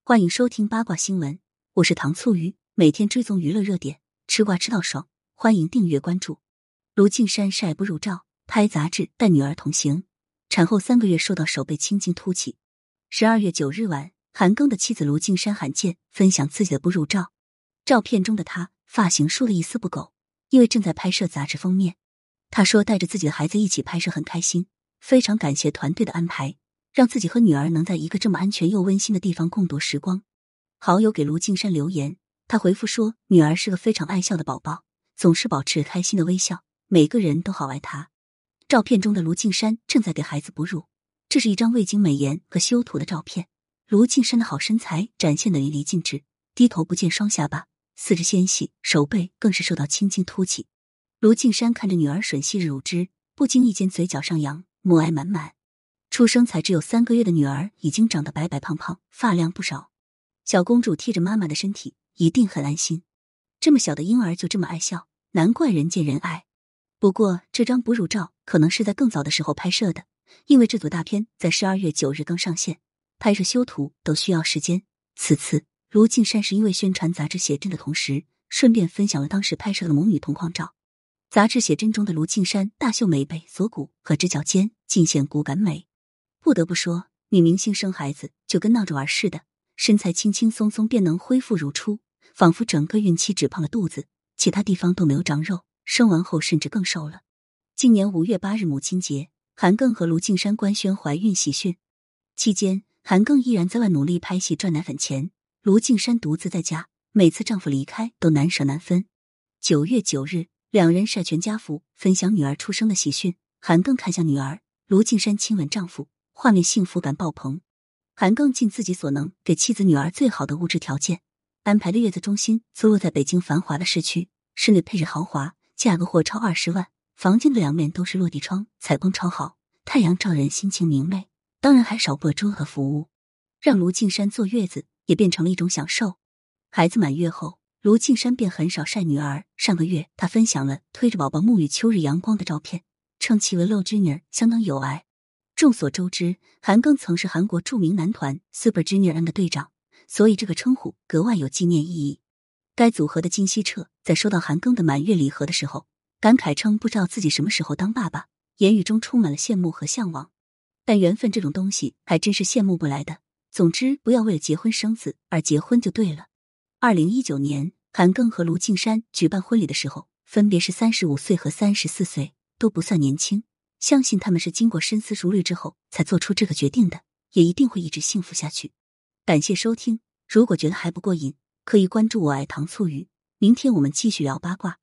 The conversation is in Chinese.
欢迎收听八卦新闻，我是糖醋鱼，每天追踪娱乐热点，吃瓜吃到爽，欢迎订阅关注。卢靖姗晒不入照，拍杂志带女儿同行，产后3个月瘦到手背青筋凸起。12月9日晚，韩庚的妻子卢靖姗罕见分享自己的不入照，照片中的她发型梳了一丝不苟，因为正在拍摄杂志封面。她说带着自己的孩子一起拍摄很开心，非常感谢团队的安排，让自己和女儿能在一个这么安全又温馨的地方共度时光。好友给卢靖姗留言，他回复说女儿是个非常爱笑的宝宝，总是保持开心的微笑，每个人都好爱她。照片中的卢靖姗正在给孩子哺乳，这是一张未经美颜和修图的照片。卢靖姗的好身材展现得淋漓尽致，低头不见双下巴，四肢纤细，手背更是瘦到青筋凸起。卢靖姗看着女儿吮吸乳汁，不经意间嘴角上扬，母爱满满。出生才只有3个月的女儿已经长得白白胖胖，发量不少。小公主贴着妈妈的身体，一定很安心。这么小的婴儿就这么爱笑，难怪人见人爱。不过这张哺乳照可能是在更早的时候拍摄的，因为这组大片在12月9日刚上线，拍摄修图都需要时间。此次卢靖姗是因为宣传杂志写真的同时，顺便分享了当时拍摄的母女同框照。杂志写真中的卢靖姗大秀眉背、锁骨和直角肩，尽显骨感美。不得不说，女明星生孩子就跟闹着玩似的，身材轻轻松松便能恢复如初，仿佛整个孕期只胖了肚子，其他地方都没有长肉，生完后甚至更瘦了。今年5月8日母亲节，韩庚和卢靖姗官宣怀孕喜讯。期间，韩庚依然在外努力拍戏赚奶粉钱，卢靖姗独自在家，每次丈夫离开都难舍难分。9月9日，两人晒全家福，分享女儿出生的喜讯。韩庚看向女儿，卢靖姗亲吻丈夫，画面幸福感爆棚。韩庚尽自己所能给妻子女儿最好的物质条件，安排的月子中心坐落在北京繁华的市区，室内配置豪华，价格或超20万，房间的2面都是落地窗，采光超好，太阳照人心情明媚，当然还少不了周和服务，让卢靖姗坐月子也变成了一种享受。孩子满月后，卢靖姗便很少晒女儿，上个月她分享了推着宝宝沐浴秋日阳光的照片，称其为 Low Junior， 相当有爱。众所周知，韩庚曾是韩国著名男团 Super Junior M 的队长，所以这个称呼格外有纪念意义。该组合的金希澈在收到韩庚的满月礼盒的时候，感慨称不知道自己什么时候当爸爸，言语中充满了羡慕和向往。但缘分这种东西还真是羡慕不来的，总之不要为了结婚生子而结婚就对了。2019年，韩庚和卢靖姗举办婚礼的时候，分别是35岁和34岁，都不算年轻。相信他们是经过深思熟虑之后才做出这个决定的，也一定会一直幸福下去。感谢收听，如果觉得还不过瘾，可以关注我爱糖醋鱼，明天我们继续聊八卦。